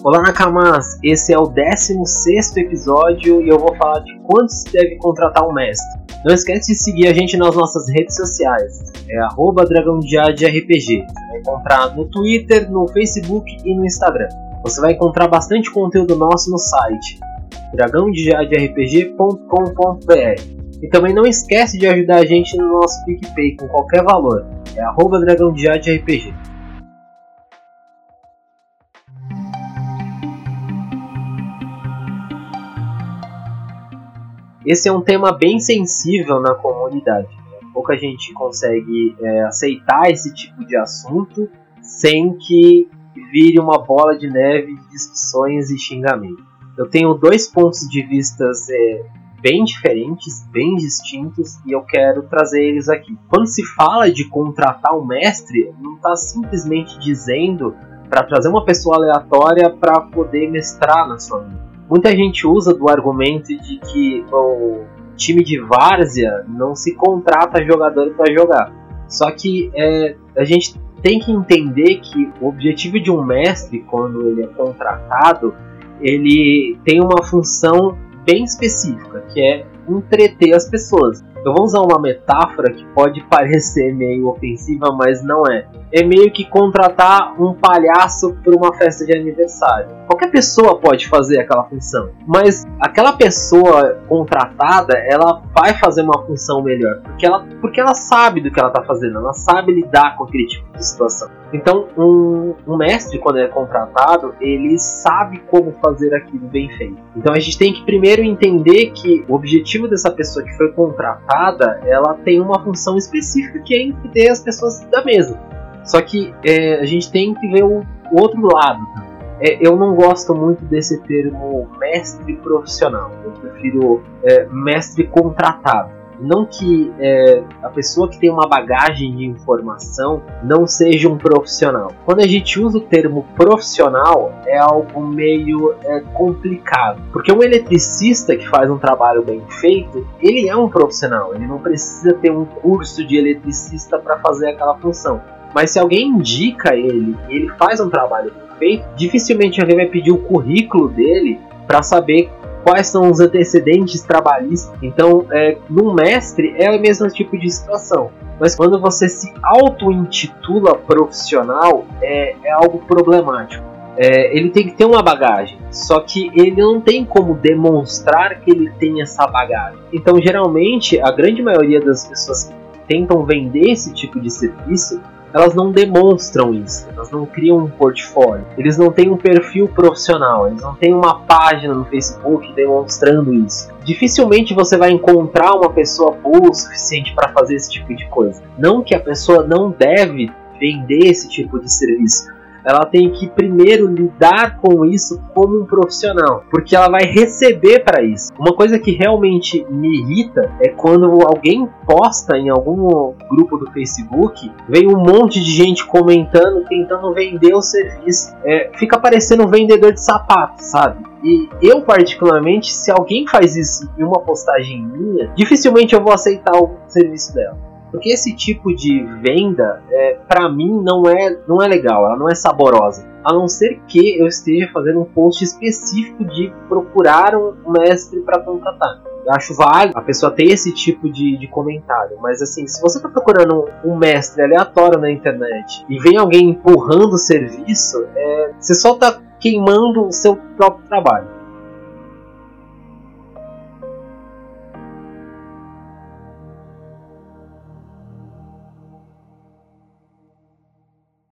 Olá, Nakamas! Esse é o 16º episódio e eu vou falar de quanto se deve contratar um mestre. Não esquece de seguir a gente nas nossas redes sociais, @dragãodiadrpg. Você vai encontrar no Twitter, no Facebook e no Instagram. Você vai encontrar bastante conteúdo nosso no site dragãodiadrpg.com.br. E também não esquece de ajudar a gente no nosso PicPay com qualquer valor, @dragãodiadrpg. Esse é um tema bem sensível na comunidade. Pouca gente consegue aceitar esse tipo de assunto sem que vire uma bola de neve de discussões e xingamentos. Eu tenho dois pontos de vista bem diferentes, bem distintos, e eu quero trazer eles aqui. Quando se fala de contratar um mestre, não está simplesmente dizendo para trazer uma pessoa aleatória para poder mestrar na sua vida. Muita gente usa do argumento de que o time de várzea não se contrata jogador para jogar. Só que a gente tem que entender que o objetivo de um mestre, quando ele é contratado, ele tem uma função bem específica, que é entreter as pessoas. Eu vou usar uma metáfora que pode parecer meio ofensiva, mas não é. É meio que contratar um palhaço para uma festa de aniversário. Qualquer pessoa pode fazer aquela função, mas aquela pessoa contratada, ela vai fazer uma função melhor, porque ela sabe do que ela está fazendo, ela sabe lidar com aquele tipo de situação. Então, um mestre, quando é contratado, ele sabe como fazer aquilo bem feito. Então, a gente tem que primeiro entender que o objetivo dessa pessoa que foi contratada, ela tem uma função específica, que é entreter as pessoas da mesa. Só que a gente tem que ver o outro lado. Eu não gosto muito desse termo mestre profissional. Eu prefiro mestre contratado. Não que a pessoa que tem uma bagagem de informação não seja um profissional. Quando a gente usa o termo profissional, é algo meio complicado. Porque um eletricista que faz um trabalho bem feito, ele é um profissional. Ele não precisa ter um curso de eletricista para fazer aquela função. Mas se alguém indica ele e ele faz um trabalho bem feito, dificilmente alguém vai pedir o currículo dele para saber quais são os antecedentes trabalhistas. Então, num mestre é o mesmo tipo de situação. Mas quando você se auto-intitula profissional, é algo problemático. Ele tem que ter uma bagagem, só que ele não tem como demonstrar que ele tem essa bagagem. Então, geralmente, a grande maioria das pessoas que tentam vender esse tipo de serviço, elas não demonstram isso, elas não criam um portfólio, eles não têm um perfil profissional, eles não têm uma página no Facebook demonstrando isso. Dificilmente você vai encontrar uma pessoa boa o suficiente para fazer esse tipo de coisa. Não que a pessoa não deve vender esse tipo de serviço, ela tem que primeiro lidar com isso como um profissional, porque ela vai receber para isso. Uma coisa que realmente me irrita é quando alguém posta em algum grupo do Facebook, vem um monte de gente comentando, tentando vender o serviço. Fica parecendo um vendedor de sapato, sabe? E eu, particularmente, se alguém faz isso em uma postagem minha, dificilmente eu vou aceitar o serviço dela. Porque esse tipo de venda, pra mim, não é legal, ela não é saborosa. A não ser que eu esteja fazendo um post específico de procurar um mestre para contratar. Eu acho válido a pessoa ter esse tipo de comentário. Mas assim, se você está procurando um mestre aleatório na internet e vem alguém empurrando o serviço, você só está queimando o seu próprio trabalho.